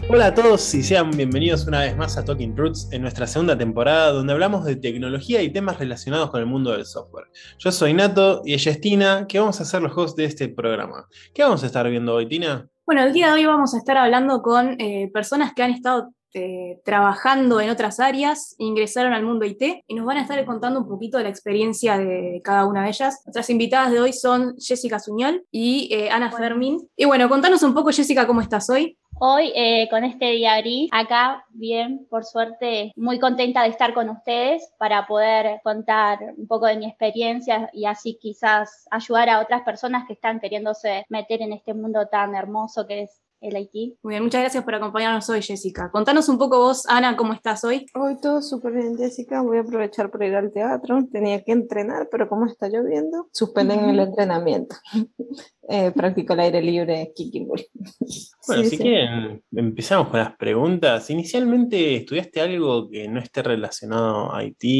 Hola a todos y sean bienvenidos una vez más a Talking Roots en nuestra segunda temporada donde hablamos de tecnología y temas relacionados con el mundo del software. Yo soy Nato y ella es Tina, que vamos a ser los hosts de este programa. ¿Qué vamos a estar viendo hoy, Tina? Bueno, el día de hoy vamos a estar hablando con personas que han estado trabajando en otras áreas, ingresaron al mundo IT y nos van a estar contando un poquito de la experiencia de cada una de ellas. Nuestras invitadas de hoy son Jessica Suñol y Ana Fermín. Y bueno, contanos un poco, Jessica, ¿cómo estás hoy? Hoy, con este día gris, acá bien, por suerte, muy contenta de estar con ustedes para poder contar un poco de mi experiencia y así quizás ayudar a otras personas que están queriéndose meter en este mundo tan hermoso que es el IT. Muy bien, muchas gracias por acompañarnos hoy, Jessica. Contanos un poco vos, Ana, ¿cómo estás hoy? Hoy todo súper bien, Jessica. Voy a aprovechar para ir al teatro. Tenía que entrenar, pero como está lloviendo, suspenden el entrenamiento. Practico el aire libre, kicking ball. Bueno, Sí, si sí. quieren, empezamos con las preguntas. Inicialmente, ¿estudiaste algo que no esté relacionado a IT?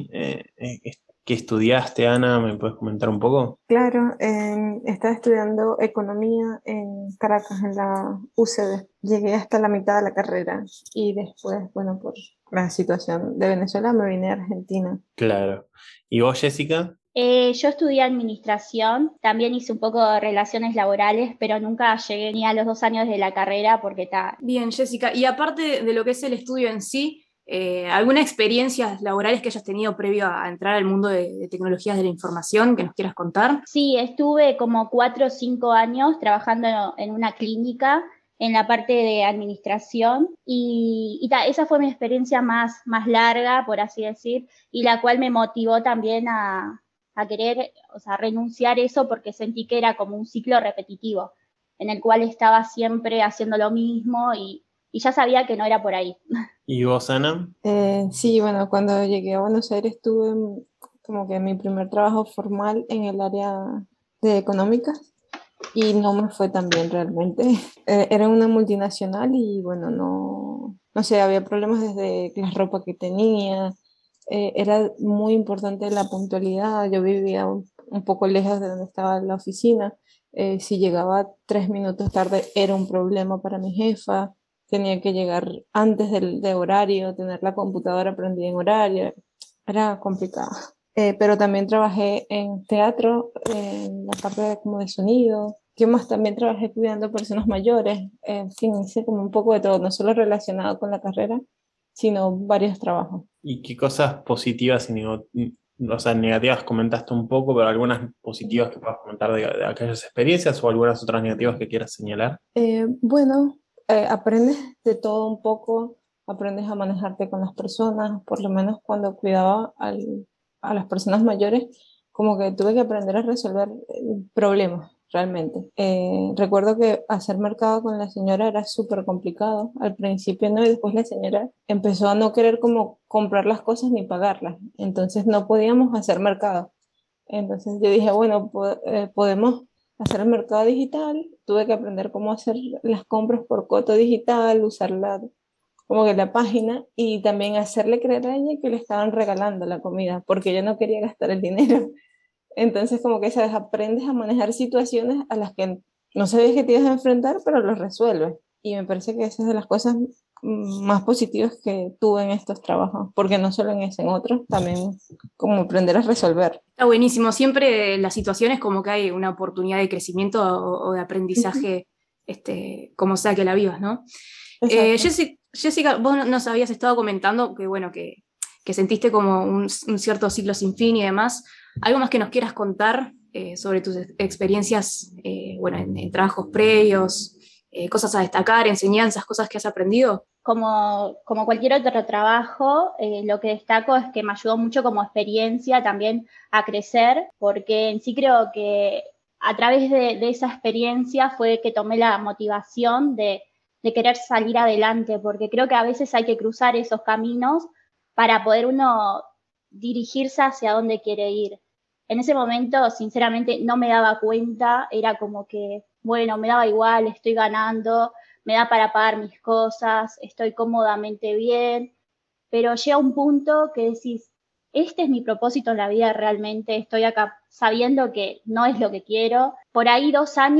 ¿Qué estudiaste, Ana? ¿Me puedes comentar un poco? Claro, estaba estudiando economía en Caracas, en la UCB. Llegué hasta la mitad de la carrera y después, bueno, por la situación de Venezuela, me vine a Argentina. Claro. ¿Y vos, Jessica? Yo estudié administración, también hice un poco de relaciones laborales, pero nunca llegué ni a los 2 años de la carrera porque está. Bien, Jessica. Y aparte de lo que es el estudio en sí, ¿alguna experiencia laborales que hayas tenido previo a entrar al mundo de tecnologías de la información que nos quieras contar? Sí, estuve como 4 o 5 años trabajando en una clínica en la parte de administración esa fue mi experiencia más larga, por así decir, y la cual me motivó también a querer, o sea, renunciar a eso porque sentí que era como un ciclo repetitivo en el cual estaba siempre haciendo lo mismo y ya sabía que no era por ahí. ¿Y vos, Ana? Sí, bueno, cuando llegué a Buenos Aires tuve como que mi primer trabajo formal en el área de económicas y no me fue tan bien realmente. Era una multinacional y bueno, no sé, había problemas desde la ropa que tenía. Era muy importante la puntualidad. Yo vivía un poco lejos de donde estaba la oficina. Si llegaba 3 minutos tarde era un problema para mi jefa. Tenía que llegar antes de horario, tener la computadora prendida en horario. Era complicado. Pero también trabajé en teatro, en la parte como de sonido. ¿Qué más? También trabajé cuidando personas mayores. En fin, hice como un poco de todo, no solo relacionado con la carrera, sino varios trabajos. ¿Y qué cosas positivas o sea, negativas comentaste un poco, pero algunas positivas que puedas comentar de aquellas experiencias o algunas otras negativas que quieras señalar? Bueno, aprendes de todo un poco, aprendes a manejarte con las personas, por lo menos cuando cuidaba a las personas mayores, como que tuve que aprender a resolver problemas realmente. Recuerdo que hacer mercado con la señora era súper complicado, al principio no, y después la señora empezó a no querer como comprar las cosas ni pagarlas, entonces no podíamos hacer mercado. Entonces yo dije, bueno, podemos hacer el mercado digital. Tuve que aprender cómo hacer las compras por coto digital, como que la página y también hacerle creer a ella que le estaban regalando la comida porque yo no quería gastar el dinero. Entonces como que sabes, aprendes a manejar situaciones a las que no sabías que te ibas a enfrentar, pero los resuelves. Y me parece que esa es de las cosas más positivas que tuve en estos trabajos, porque no solo en ese, en otros, también como aprender a resolver. Está buenísimo. Siempre en las situaciones como que hay una oportunidad de crecimiento o de Ujú. aprendizaje, como sea que la vivas, ¿no? Exacto. Jessica, vos nos habías estado comentando que, bueno, que sentiste como un cierto ciclo sin fin y demás. ¿Algo más que nos quieras contar sobre tus experiencias, bueno, en trabajos previos, cosas a destacar, enseñanzas, cosas que has aprendido? Como cualquier otro trabajo, lo que destaco es que me ayudó mucho como experiencia también a crecer, porque en sí creo que a través de esa experiencia fue que tomé la motivación de querer salir adelante, porque creo que a veces hay que cruzar esos caminos para poder uno dirigirse hacia donde quiere ir. En ese momento, sinceramente, no me daba cuenta, era como que, bueno, me daba igual, estoy ganando, me da para pagar mis cosas, estoy cómodamente bien, pero llega un punto que decís, este es mi propósito en la vida realmente, estoy acá sabiendo que no es lo que quiero. Por ahí 2 años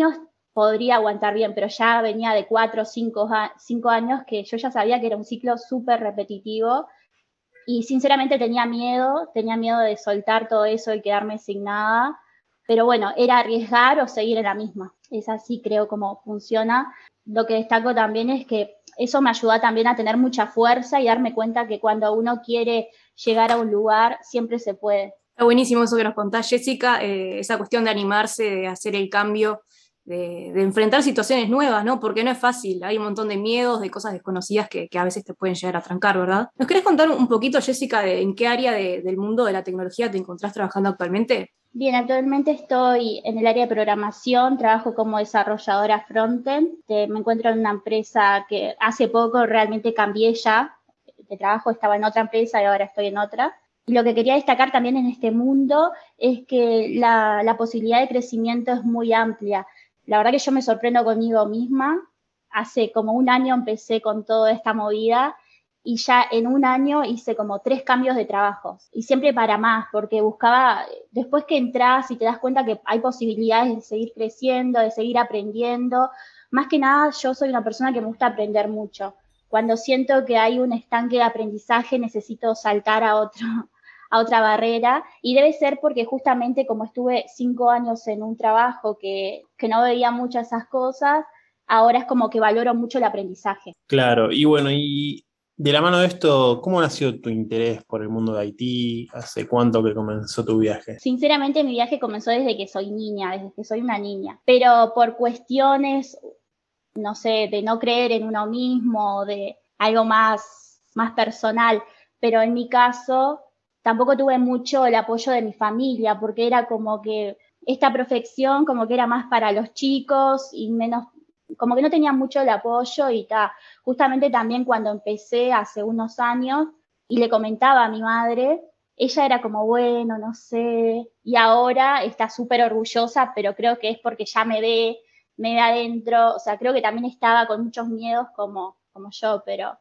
podría aguantar bien, pero ya venía de 4 o 5 años que yo ya sabía que era un ciclo súper repetitivo y sinceramente tenía miedo de soltar todo eso y quedarme sin nada, pero bueno, era arriesgar o seguir en la misma. Es así creo como funciona. Lo que destaco también es que eso me ayudó también a tener mucha fuerza y darme cuenta que cuando uno quiere llegar a un lugar, siempre se puede. Está buenísimo eso que nos contás, Jessica, esa cuestión de animarse, de hacer el cambio, de enfrentar situaciones nuevas, ¿no? Porque no es fácil, hay un montón de miedos, de cosas desconocidas que a veces te pueden llegar a trancar, ¿verdad? ¿Nos querés contar un poquito, Jessica, de en qué área del mundo de la tecnología te encontrás trabajando actualmente? Bien, actualmente estoy en el área de programación, trabajo como desarrolladora frontend. Me encuentro en una empresa que hace poco realmente cambié ya de trabajo, estaba en otra empresa y ahora estoy en otra. Y lo que quería destacar también en este mundo es que la posibilidad de crecimiento es muy amplia. La verdad que yo me sorprendo conmigo misma. Hace como un año empecé con toda esta movida y ya en un año hice como 3 cambios de trabajos y siempre para más, porque buscaba, después que entras y te das cuenta que hay posibilidades de seguir creciendo, de seguir aprendiendo, más que nada yo soy una persona que me gusta aprender mucho. Cuando siento que hay un estanque de aprendizaje necesito saltar a otra barrera y debe ser porque justamente como estuve 5 años en un trabajo que no veía mucho esas cosas, ahora es como que valoro mucho el aprendizaje. Claro, y bueno, y de la mano de esto, ¿cómo nació tu interés por el mundo de Haití? ¿Hace cuánto que comenzó tu viaje? Sinceramente, mi viaje comenzó desde que soy niña, desde que soy una niña, pero por cuestiones, no sé, de no creer en uno mismo, de algo más personal, pero en mi caso tampoco tuve mucho el apoyo de mi familia, porque era como que esta profesión como que era más para los chicos y menos, como que no tenía mucho el apoyo y justamente también cuando empecé hace unos años y le comentaba a mi madre, ella era como, bueno, no sé, y ahora está súper orgullosa, pero creo que es porque ya me ve adentro, o sea, creo que también estaba con muchos miedos como yo, pero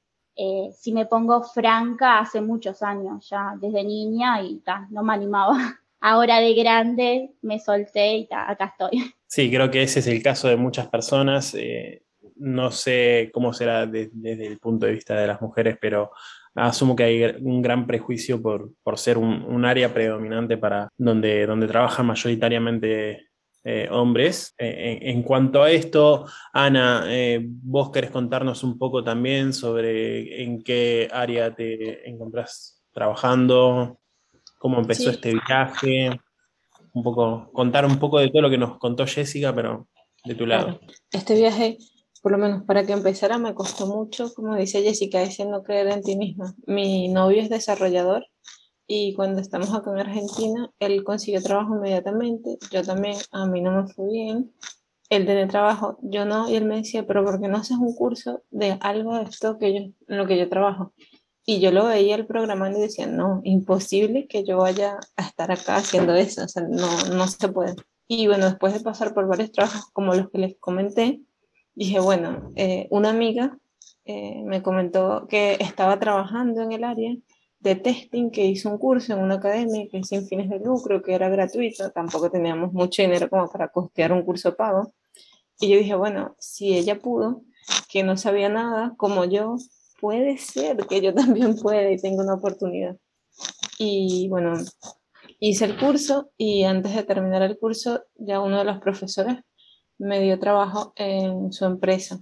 si me pongo franca, hace muchos años ya, desde niña y no me animaba. Ahora de grande me solté y acá estoy. Sí, creo que ese es el caso de muchas personas. No sé cómo será desde el punto de vista de las mujeres, pero asumo que hay un gran prejuicio por ser un área predominante para donde trabajan mayoritariamente hombres. En cuanto a esto, Ana, vos querés contarnos un poco también sobre en qué área te encontrás trabajando, cómo empezó Sí, este viaje, un poco, contar un poco de todo lo que nos contó Jessica, pero de tu lado. claro. Este viaje, por lo menos para que empezara, me costó mucho, como dice Jessica, ese no creer en ti misma. Mi novio es desarrollador y cuando estamos acá en Argentina, él consiguió trabajo inmediatamente. Yo también, a mí no me fue bien. Él tiene trabajo, yo no, y él me decía, pero ¿por qué no haces un curso de algo de esto en lo que yo trabajo? Y yo lo veía el programando y decía, no, imposible que yo vaya a estar acá haciendo eso, o sea, no se puede. Y bueno, después de pasar por varios trabajos como los que les comenté, dije, bueno, una amiga me comentó que estaba trabajando en el área de testing, que hizo un curso en una academia que es sin fines de lucro, que era gratuito, tampoco teníamos mucho dinero como para costear un curso pago. Y yo dije, bueno, si ella pudo, que no sabía nada, como yo, puede ser que yo también pueda y tenga una oportunidad. Y bueno, hice el curso y antes de terminar el curso, ya uno de los profesores me dio trabajo en su empresa.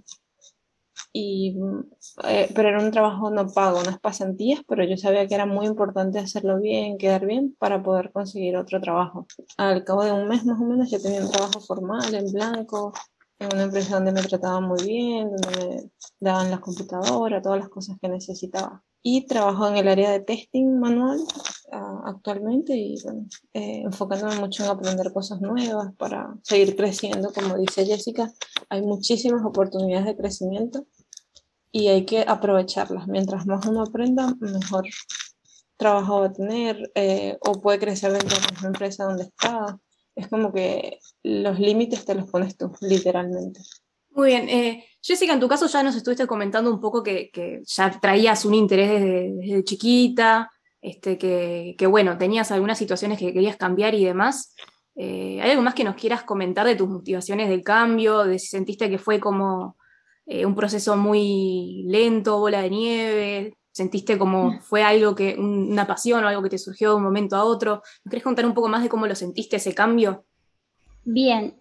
Y, pero era un trabajo no pago, unas pasantías, pero yo sabía que era muy importante hacerlo bien, quedar bien para poder conseguir otro trabajo. Al cabo de un mes más o menos ya tenía un trabajo formal, en blanco, en una empresa donde me trataban muy bien, donde me daban las computadoras, todas las cosas que necesitaba. Y trabajo en el área de testing manual actualmente y bueno, enfocándome mucho en aprender cosas nuevas para seguir creciendo, como dice Jessica. Hay muchísimas oportunidades de crecimiento y hay que aprovecharlas. Mientras más uno aprenda, mejor trabajo va a tener o puede crecer dentro de la misma empresa donde está. Es como que los límites te los pones tú, literalmente. Muy bien. Jessica, en tu caso ya nos estuviste comentando un poco que ya traías un interés desde chiquita, que bueno, tenías algunas situaciones que querías cambiar y demás. ¿Hay algo más que nos quieras comentar de tus motivaciones del cambio, de si sentiste que fue como un proceso muy lento, bola de nieve? ¿Sentiste como fue algo una pasión o algo que te surgió de un momento a otro? ¿Nos querés contar un poco más de cómo lo sentiste ese cambio? Bien,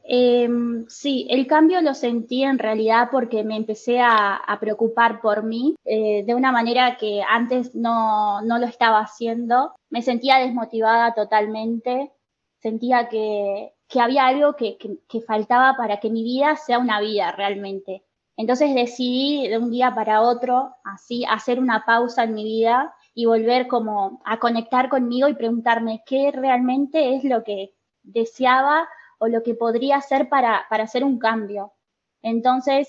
sí, el cambio lo sentí en realidad porque me empecé a preocupar por mí de una manera que antes no lo estaba haciendo. Me sentía desmotivada totalmente, sentía que había algo que faltaba para que mi vida sea una vida realmente. Entonces decidí de un día para otro, así, hacer una pausa en mi vida y volver como a conectar conmigo y preguntarme qué realmente es lo que deseaba o lo que podría hacer para hacer un cambio. Entonces,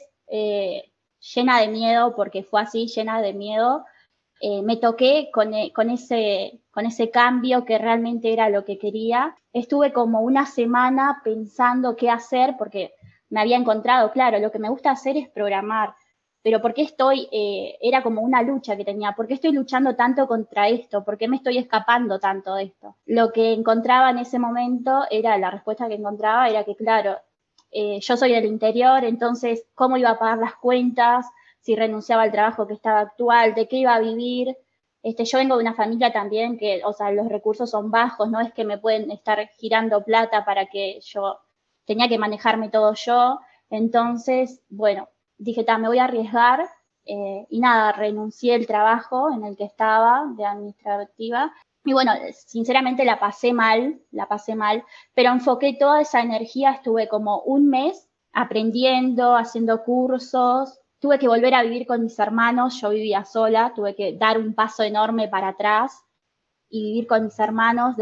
llena de miedo, porque fue así, llena de miedo, me toqué con ese cambio que realmente era lo que quería. Estuve como una semana pensando qué hacer, porque me había encontrado, claro, lo que me gusta hacer es programar, pero ¿por qué era como una lucha que tenía? ¿Por qué estoy luchando tanto contra esto? ¿Por qué me estoy escapando tanto de esto? Lo que encontraba en ese momento la respuesta que encontraba era que, claro, yo soy del interior, entonces, ¿cómo iba a pagar las cuentas? Si renunciaba al trabajo que estaba actual, ¿de qué iba a vivir? Yo vengo de una familia también que, o sea, los recursos son bajos, no es que me pueden estar girando plata para que yo tenía que manejarme todo yo. Entonces, bueno, dije, me voy a arriesgar y nada, renuncié al trabajo en el que estaba de administrativa. Y bueno, sinceramente la pasé mal, pero enfoqué toda esa energía, estuve como un mes aprendiendo, haciendo cursos, tuve que volver a vivir con mis hermanos, yo vivía sola, tuve que dar un paso enorme para atrás y vivir con mis hermanos.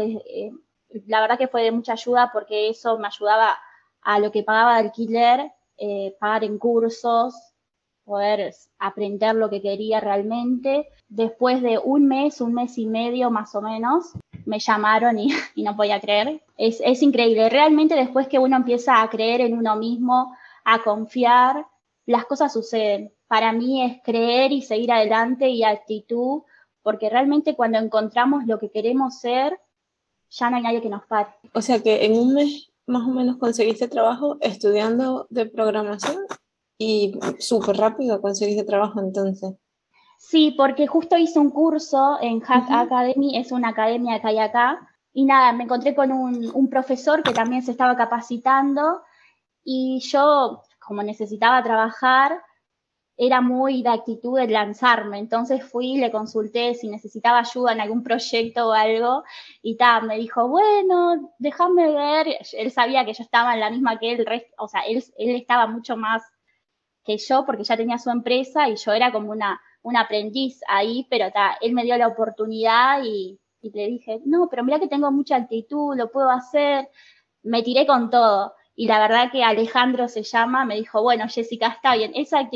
La verdad que fue de mucha ayuda porque eso me ayudaba a lo que pagaba de alquiler, pagar en cursos, poder aprender lo que quería realmente. Después de un mes y medio más o menos, me llamaron y no podía creer. Es increíble. Realmente después que uno empieza a creer en uno mismo, a confiar, las cosas suceden. Para mí es creer y seguir adelante y actitud, porque realmente cuando encontramos lo que queremos ser, ya no hay nadie que nos pare. O sea que en un mes más o menos conseguiste trabajo estudiando de programación y súper rápido conseguiste trabajo entonces. Sí, porque justo hice un curso en Hack Academy, es una academia que hay acá, y nada, me encontré con un profesor que también se estaba capacitando y yo, como necesitaba trabajar, era muy de actitud de lanzarme, entonces fui, le consulté si necesitaba ayuda en algún proyecto o algo, y me dijo, bueno, déjame ver, él sabía que yo estaba en la misma que él, o sea, él estaba mucho más que yo porque ya tenía su empresa y yo era como una aprendiz ahí, pero él me dio la oportunidad y le dije, no, pero mira que tengo mucha actitud, lo puedo hacer, me tiré con todo. Y la verdad que Alejandro se llama, me dijo, bueno, Jessica, está bien,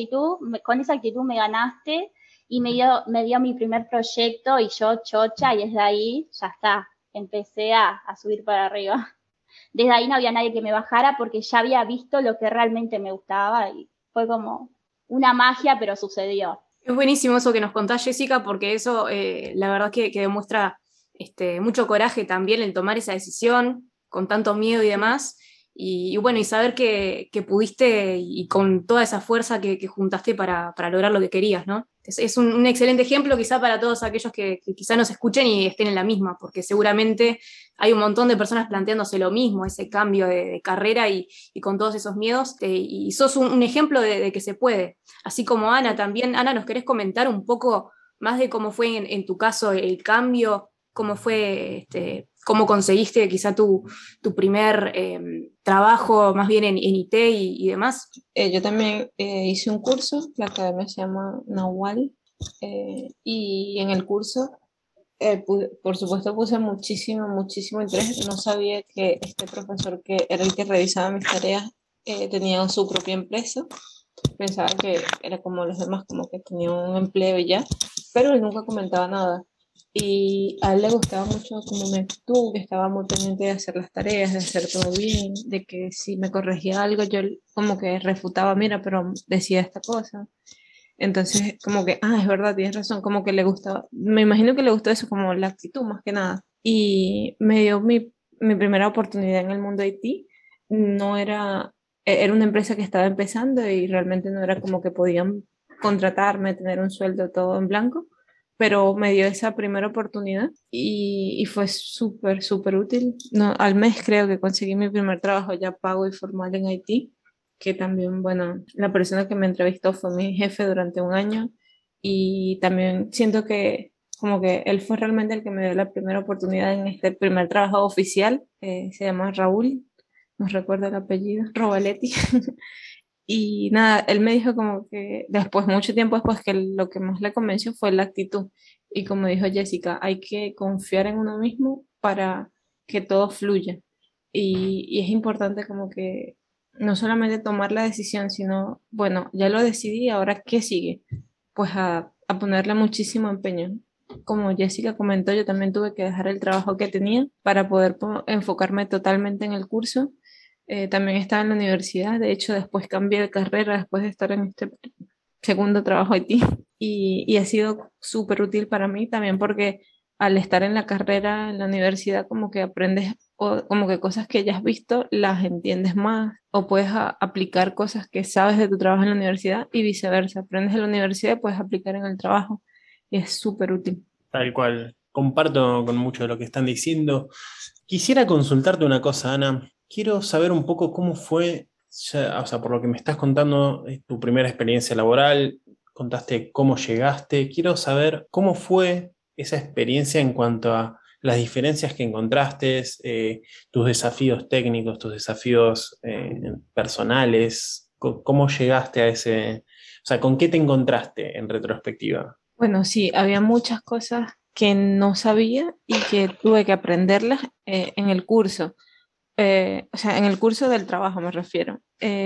con esa actitud me ganaste y me dio mi primer proyecto y yo chocha y desde ahí ya está, empecé a subir para arriba. Desde ahí no había nadie que me bajara porque ya había visto lo que realmente me gustaba y fue como una magia, pero sucedió. Es buenísimo eso que nos contás, Jessica, porque eso la verdad que demuestra mucho coraje también en tomar esa decisión con tanto miedo y demás. Y bueno, y saber que pudiste y con toda esa fuerza que juntaste para lograr lo que querías, ¿no? Es un excelente ejemplo quizá para todos aquellos que quizá nos escuchen y estén en la misma, porque seguramente hay un montón de personas planteándose lo mismo, ese cambio de carrera y con todos esos miedos, y sos un ejemplo de que se puede. Así como Ana también. Ana, ¿nos querés comentar un poco más de cómo fue en tu caso el cambio? ¿Cómo fue, cómo conseguiste quizá tu primer trabajo más bien en IT y demás? Yo también hice un curso, la academia se llama Nahual, y en el curso, por supuesto, puse muchísimo interés. No sabía que este profesor, que era el que revisaba mis tareas, tenía su propia empresa. Pensaba que era como los demás, como que tenía un empleo y ya, pero él nunca comentaba nada. Y a él le gustaba mucho como mi actitud, que estaba muy pendiente de hacer las tareas, de hacer todo bien, de que si me corregía algo, yo como que refutaba, mira, pero decía esta cosa. Entonces, como que, es verdad, tienes razón, como que le gustaba, me imagino que le gustó eso, como la actitud más que nada. Y me dio mi mi primera oportunidad en el mundo IT. No era, era una empresa que estaba empezando y realmente no era como que podían contratarme, tener un sueldo todo en blanco, pero me dio esa primera oportunidad y fue súper, súper útil. No, al mes creo que conseguí mi primer trabajo ya pago y formal en IT, que también, bueno, la persona que me entrevistó fue mi jefe durante un año y también siento que como que él fue realmente el que me dio la primera oportunidad en este primer trabajo oficial. Se llama Raúl, no recuerdo el apellido, Robaletti. Y nada, él me dijo como que después, mucho tiempo después, que lo que más le convenció fue la actitud. Y como dijo Jessica, hay que confiar en uno mismo para que todo fluya. Y es importante como que no solamente tomar la decisión, sino, bueno, ya lo decidí, ahora ¿qué sigue? Pues a ponerle muchísimo empeño. Como Jessica comentó, yo también tuve que dejar el trabajo que tenía para poder enfocarme totalmente en el curso. También estaba en la universidad, de hecho después cambié de carrera después de estar en este segundo trabajo IT y ha sido súper útil para mí también porque al estar en la carrera, en la universidad, como que aprendes como que cosas que ya has visto las entiendes más o puedes aplicar cosas que sabes de tu trabajo en la universidad y viceversa, aprendes en la universidad y puedes aplicar en el trabajo y es súper útil. Tal cual. Comparto con mucho de lo que están diciendo. Quisiera consultarte una cosa, Ana. Quiero saber un poco cómo fue, o sea, por lo que me estás contando, tu primera experiencia laboral, contaste cómo llegaste. Quiero saber cómo fue esa experiencia en cuanto a las diferencias que encontraste, tus desafíos técnicos, tus desafíos personales. ¿Cómo llegaste a ese, o sea, con qué te encontraste en retrospectiva? Bueno, sí, había muchas cosas que no sabía y que tuve que aprenderlas en el curso. O sea, en el curso del trabajo me refiero.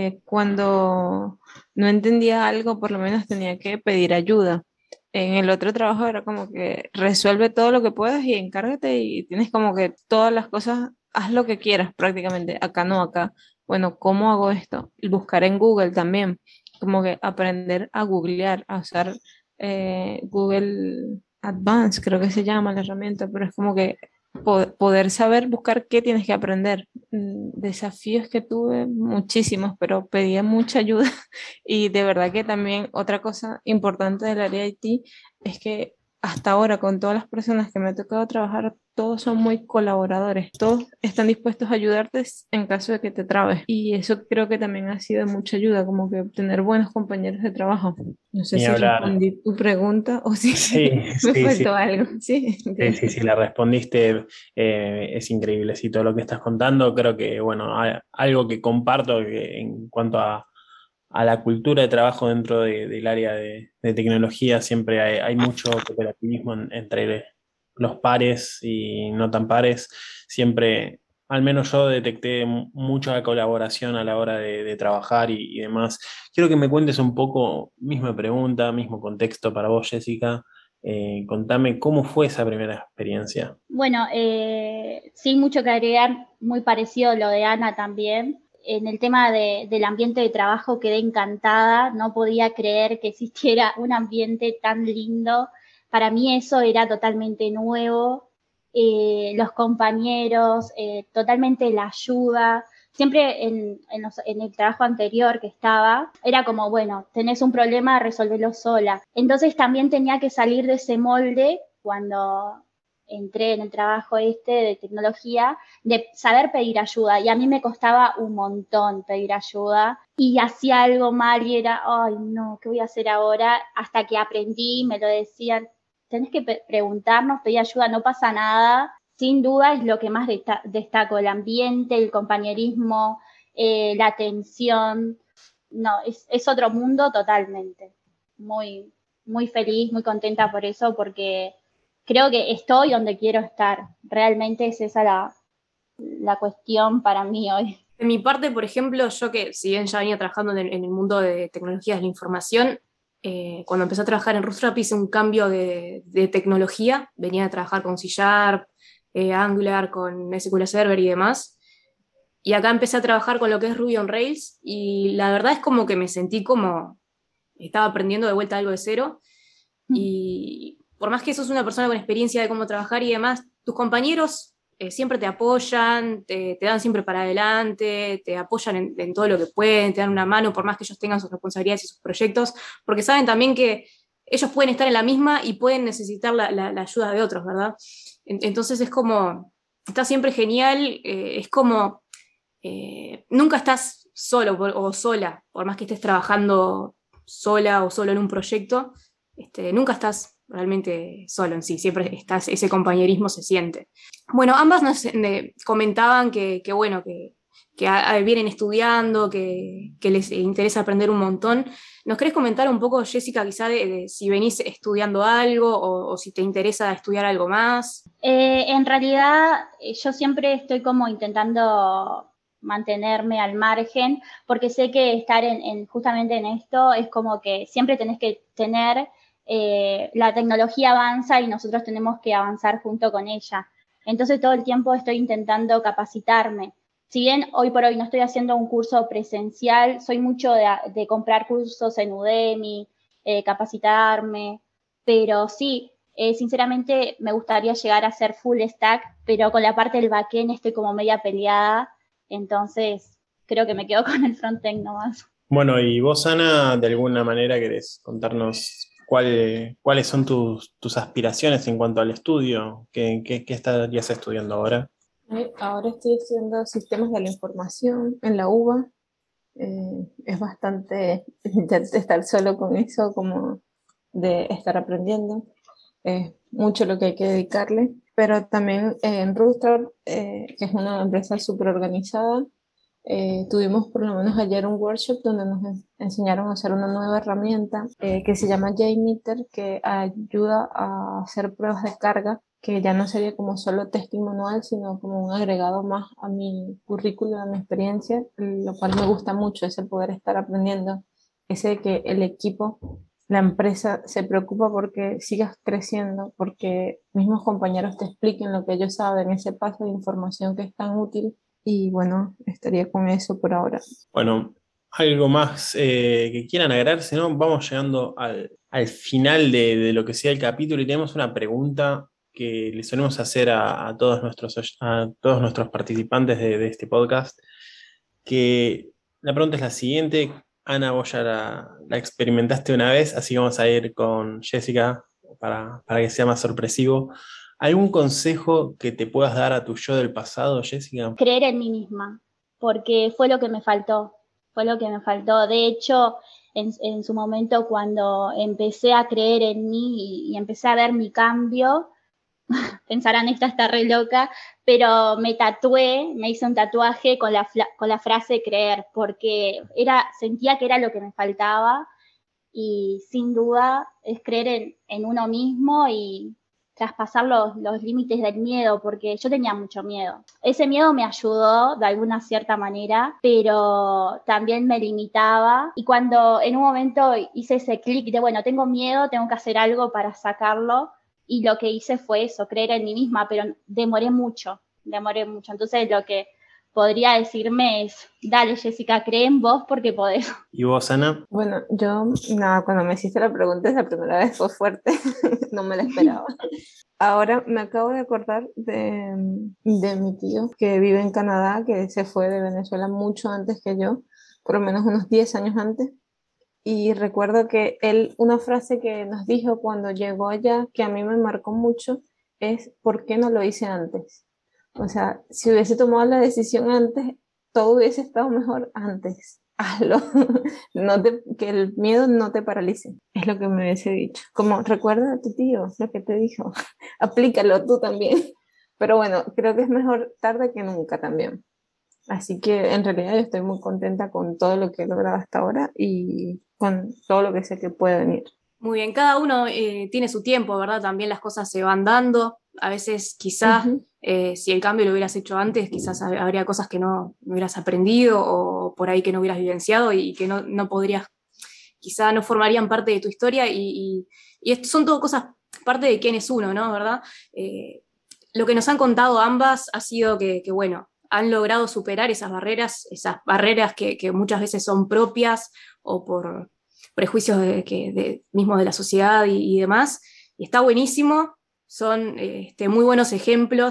Cuando no entendía algo, por lo menos tenía que pedir ayuda. En el otro trabajo era como que resuelve todo lo que puedas y encárgate y tienes como que todas las cosas, haz lo que quieras prácticamente. Acá no, acá. Bueno, ¿cómo hago esto? Y buscar en Google también, como que aprender a googlear, a usar Google Advanced, creo que se llama la herramienta, pero es como que poder saber buscar qué tienes que aprender. Desafíos que tuve muchísimos, pero pedía mucha ayuda y de verdad que también otra cosa importante del área de IT es que hasta ahora con todas las personas que me ha tocado trabajar, todos son muy colaboradores, todos están dispuestos a ayudarte en caso de que te trabes y eso creo que también ha sido de mucha ayuda, como que tener buenos compañeros de trabajo. No sé Ni si hablar. respondí tu pregunta o si Sí, me sí, sí. faltó algo. Sí, Sí, ok. sí, sí, la respondiste, es increíble, sí, todo lo que estás contando, creo que, bueno, algo que comparto que en cuanto a la cultura de trabajo dentro del área de tecnología, siempre hay mucho cooperativismo entre los pares y no tan pares, siempre, al menos yo detecté mucha colaboración a la hora de trabajar y demás. Quiero que me cuentes un poco, misma pregunta, mismo contexto para vos, Jessica. Contame cómo fue esa primera experiencia. Bueno, sin mucho que agregar, muy parecido a lo de Ana también. En el tema del ambiente de trabajo quedé encantada, no podía creer que existiera un ambiente tan lindo. Para mí eso era totalmente nuevo. Los compañeros, totalmente la ayuda. Siempre en el trabajo anterior que estaba, era como, bueno, tenés un problema, resolvelo sola. Entonces también tenía que salir de ese molde cuando entré en el trabajo este de tecnología, de saber pedir ayuda. Y a mí me costaba un montón pedir ayuda. Y hacía algo mal y era, ay, no, ¿qué voy a hacer ahora? Hasta que aprendí, me lo decían, tenés que preguntarnos, pedir ayuda, no pasa nada. Sin duda es lo que más destaco, el ambiente, el compañerismo, la atención. No, es otro mundo totalmente. Muy, muy feliz, muy contenta por eso, porque creo que estoy donde quiero estar. Realmente es esa la cuestión para mí hoy. De mi parte, por ejemplo, yo que si bien ya venía trabajando en el mundo de tecnologías de la información, cuando empecé a trabajar en Rootstrap hice un cambio de tecnología, venía a trabajar con C Sharp, Angular, con SQL Server y demás, y acá empecé a trabajar con lo que es Ruby on Rails, y la verdad es como que me sentí como estaba aprendiendo de vuelta algo de cero, y por más que sos una persona con experiencia de cómo trabajar y demás, tus compañeros siempre te apoyan, te dan siempre para adelante, te apoyan en todo lo que pueden, te dan una mano por más que ellos tengan sus responsabilidades y sus proyectos, porque saben también que ellos pueden estar en la misma y pueden necesitar la ayuda de otros, ¿verdad? Entonces es como, está siempre genial, es como, nunca estás solo o sola, por más que estés trabajando sola o solo en un proyecto, nunca estás realmente solo en sí, siempre estás, ese compañerismo se siente. Bueno, ambas nos comentaban bueno, que vienen estudiando, que les interesa aprender un montón. ¿Nos querés comentar un poco, Jessica, quizá de si venís estudiando algo o si te interesa estudiar algo más? En realidad, yo siempre estoy como intentando mantenerme al margen, porque sé que estar justamente en esto es como que siempre tenés que tener, la tecnología avanza y nosotros tenemos que avanzar junto con ella. Entonces todo el tiempo estoy intentando capacitarme. Si bien hoy por hoy no estoy haciendo un curso presencial, soy mucho de comprar cursos en Udemy, capacitarme, pero sí, sinceramente me gustaría llegar a ser full stack, pero con la parte del backend estoy como media peleada, entonces creo que me quedo con el frontend nomás. Bueno, y vos, Ana, de alguna manera querés contarnos cuáles son tus aspiraciones en cuanto al estudio. ¿Qué estarías estudiando ahora? Ahora estoy estudiando sistemas de la información en la UBA. Es bastante de estar solo con eso, como de estar aprendiendo. Es mucho lo que hay que dedicarle. Pero también en Roostr, que es una empresa súper organizada, tuvimos por lo menos ayer un workshop donde nos enseñaron a hacer una nueva herramienta que se llama JMeter, que ayuda a hacer pruebas de carga, que ya no sería como solo testing manual, sino como un agregado más a mi currículum, a mi experiencia, lo cual me gusta mucho, ese poder estar aprendiendo, ese de que el equipo, la empresa se preocupa porque sigas creciendo, porque mismos compañeros te expliquen lo que ellos saben, ese paso de información que es tan útil. Y bueno, estaría con eso por ahora. Bueno, algo más que quieran agregar, si no, vamos llegando al final de lo que sea el capítulo y tenemos una pregunta que le solemos hacer a todos nuestros participantes de este podcast, que la pregunta es la siguiente. Ana, vos ya la experimentaste una vez, así que vamos a ir con Jessica para que sea más sorpresivo. ¿Algún consejo que te puedas dar a tu yo del pasado, Jessica? Creer en mí misma, porque fue lo que me faltó, fue lo que me faltó. De hecho, en su momento cuando empecé a creer en mí y empecé a ver mi cambio, pensarán, esta está re loca, pero me tatué, me hice un tatuaje con la frase creer, porque sentía que era lo que me faltaba y sin duda es creer en uno mismo y traspasar los límites del miedo, porque yo tenía mucho miedo. Ese miedo me ayudó de alguna cierta manera, pero también me limitaba. Y cuando en un momento hice ese clic de, bueno, tengo miedo, tengo que hacer algo para sacarlo, y lo que hice fue eso, creer en mí misma, pero demoré mucho. Entonces lo que podría decirme es, dale Jessica, cree en vos porque podés. ¿Y vos, Ana? Bueno, yo, nada, cuando me hiciste la pregunta esa primera vez fue fuerte, no me la esperaba. Ahora me acabo de acordar de mi tío que vive en Canadá, que se fue de Venezuela mucho antes que yo, por lo menos unos 10 años antes. Y recuerdo que él, una frase que nos dijo cuando llegó allá, que a mí me marcó mucho, es ¿por qué no lo hice antes? O sea, si hubiese tomado la decisión antes, todo hubiese estado mejor antes. Hazlo. Que el miedo no te paralice. Es lo que me hubiese dicho. Como recuerda a tu tío lo que te dijo. Aplícalo tú también. Pero bueno, creo que es mejor tarde que nunca también. Así que en realidad yo estoy muy contenta con todo lo que he logrado hasta ahora y con todo lo que sé que puede venir. Muy bien, cada uno tiene su tiempo, ¿verdad? También las cosas se van dando. A veces quizás si el cambio lo hubieras hecho antes, quizás habría cosas que no hubieras aprendido o por ahí que no hubieras vivenciado y que no podrías, quizás no formarían parte de tu historia y son todo cosas, parte de quién es uno, ¿no? ¿Verdad? Lo que nos han contado ambas ha sido que bueno, han logrado superar esas barreras que muchas veces son propias o por prejuicios mismo de la sociedad y demás. Y está buenísimo, son muy buenos ejemplos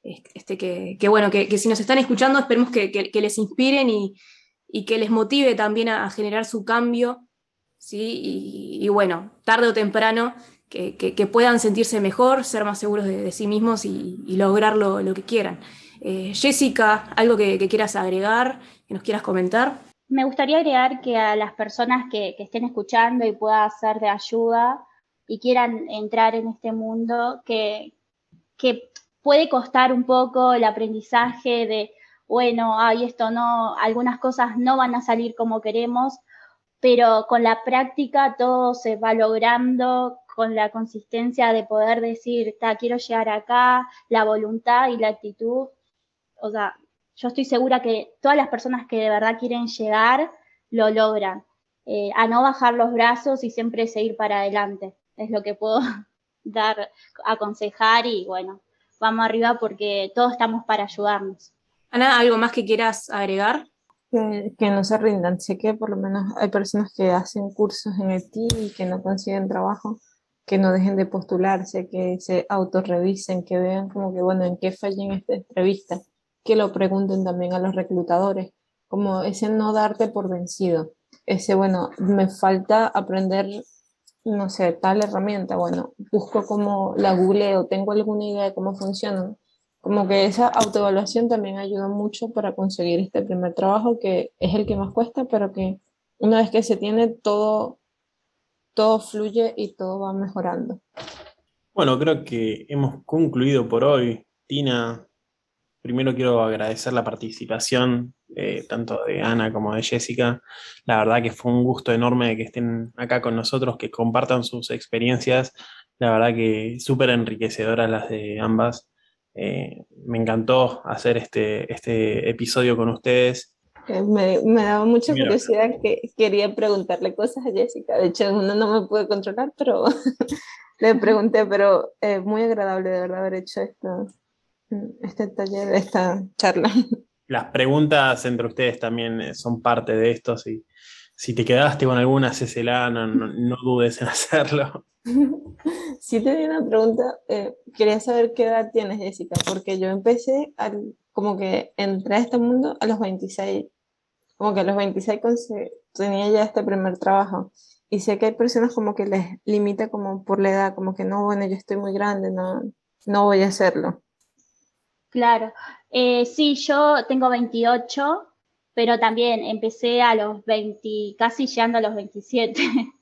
que si nos están escuchando, esperemos que les inspiren y que les motive también a generar su cambio, ¿sí? Y bueno, tarde o temprano, que puedan sentirse mejor, ser más seguros de sí mismos y lograr lo que quieran. Jessica, ¿algo que quieras agregar, que nos quieras comentar? Me gustaría agregar que a las personas que estén escuchando y pueda ser de ayuda y quieran entrar en este mundo, que puede costar un poco el aprendizaje de, bueno, esto no, algunas cosas no van a salir como queremos, pero con la práctica todo se va logrando, con la consistencia de poder decir, quiero llegar acá, la voluntad y la actitud. O sea, yo estoy segura que todas las personas que de verdad quieren llegar, lo logran. A no bajar los brazos y siempre seguir para adelante. Es lo que puedo aconsejar y bueno, vamos arriba porque todos estamos para ayudarnos. Ana, ¿algo más que quieras agregar? Que no se rindan. Sé que por lo menos hay personas que hacen cursos en Haití y que no consiguen trabajo, que no dejen de postularse, que se autorrevisen, que vean como que, bueno, en qué fallé en esta entrevista, que lo pregunten también a los reclutadores, como ese no darte por vencido, ese, bueno, me falta aprender, no sé, tal herramienta, bueno, busco cómo la googleo, tengo alguna idea de cómo funciona. Como que esa autoevaluación también ayuda mucho para conseguir este primer trabajo, que es el que más cuesta, pero que una vez que se tiene, todo fluye y todo va mejorando. Bueno, creo que hemos concluido por hoy. Tina, primero quiero agradecer la participación tanto de Ana como de Jessica. La verdad que fue un gusto enorme que estén acá con nosotros, que compartan sus experiencias. La verdad que súper enriquecedoras las de ambas. Me encantó hacer este episodio con ustedes. Me daba mucha Primero, curiosidad que quería preguntarle cosas a Jessica. De hecho, uno no me pude controlar, pero le pregunté, pero muy agradable de verdad haber hecho este taller, esta charla. las preguntas entre ustedes también son parte de esto. Si te quedaste con alguna, hacésela, no dudes en hacerlo. Sí tenía una pregunta, quería saber qué edad tienes, Jessica, porque yo empecé como que entré a este mundo a los 26, como que a los 26 tenía ya este primer trabajo, y sé que hay personas como que les limita como por la edad, como que no, bueno, yo estoy muy grande, no voy a hacerlo. Claro, sí, yo tengo 28, pero también empecé a los 20, casi llegando a los 27.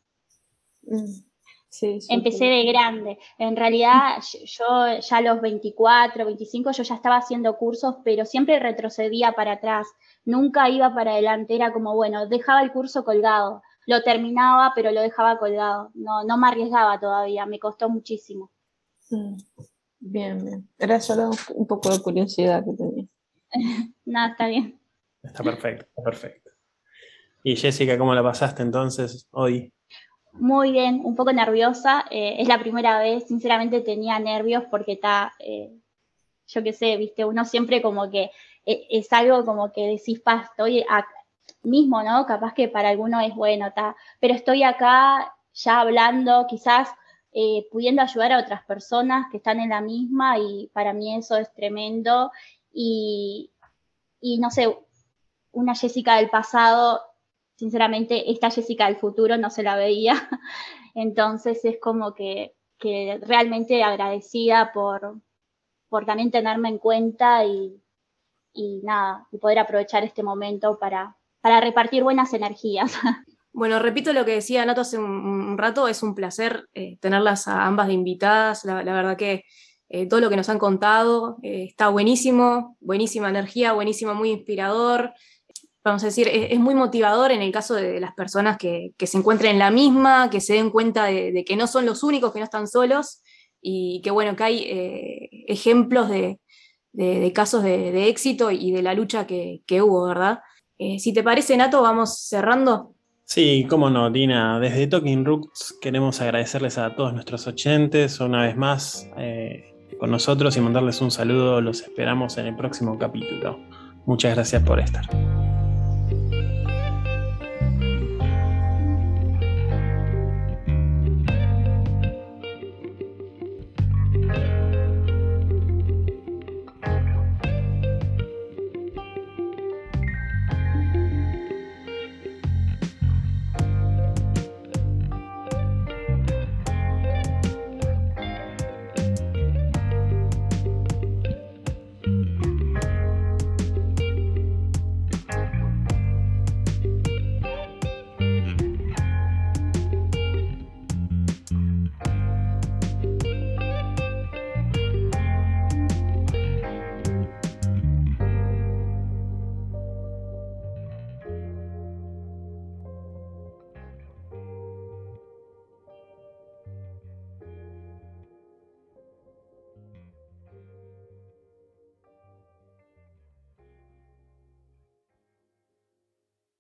Sí, Empecé súper. de grande. En realidad, yo ya a los 24, 25, yo ya estaba haciendo cursos, pero siempre retrocedía para atrás. Nunca iba para adelante. Era como, bueno, dejaba el curso colgado. Lo terminaba, pero lo dejaba colgado. No me arriesgaba todavía. Me costó muchísimo. Bien, bien. Era solo un poco de curiosidad que tenía. Nada, está bien. Está perfecto, está perfecto. Y Jessica, ¿cómo la pasaste entonces hoy? Muy bien, un poco nerviosa. Es la primera vez, sinceramente tenía nervios porque yo qué sé, viste, uno siempre como que es algo como que decís, estoy mismo, ¿no? Capaz que para alguno es bueno, pero estoy acá ya hablando, quizás pudiendo ayudar a otras personas que están en la misma y para mí eso es tremendo. Y no sé, una Jessica del pasado, sinceramente, esta Jessica del futuro no se la veía. Entonces es como que realmente agradecida por también tenerme en cuenta y nada, y poder aprovechar este momento para repartir buenas energías. Bueno, repito lo que decía Nato hace un rato, es un placer tenerlas a ambas de invitadas. La verdad que todo lo que nos han contado está buenísimo, buenísima energía, buenísimo, muy inspirador. Vamos a decir, es muy motivador en el caso de las personas que se encuentren en la misma, que se den cuenta de que no son los únicos, que no están solos, y que bueno, que hay ejemplos de casos de éxito y de la lucha que hubo, ¿verdad? Si te parece, Nato, vamos cerrando. Sí, cómo no, Tina. Desde Talking Roots queremos agradecerles a todos nuestros oyentes una vez más con nosotros y mandarles un saludo. Los esperamos en el próximo capítulo. Muchas gracias por estar.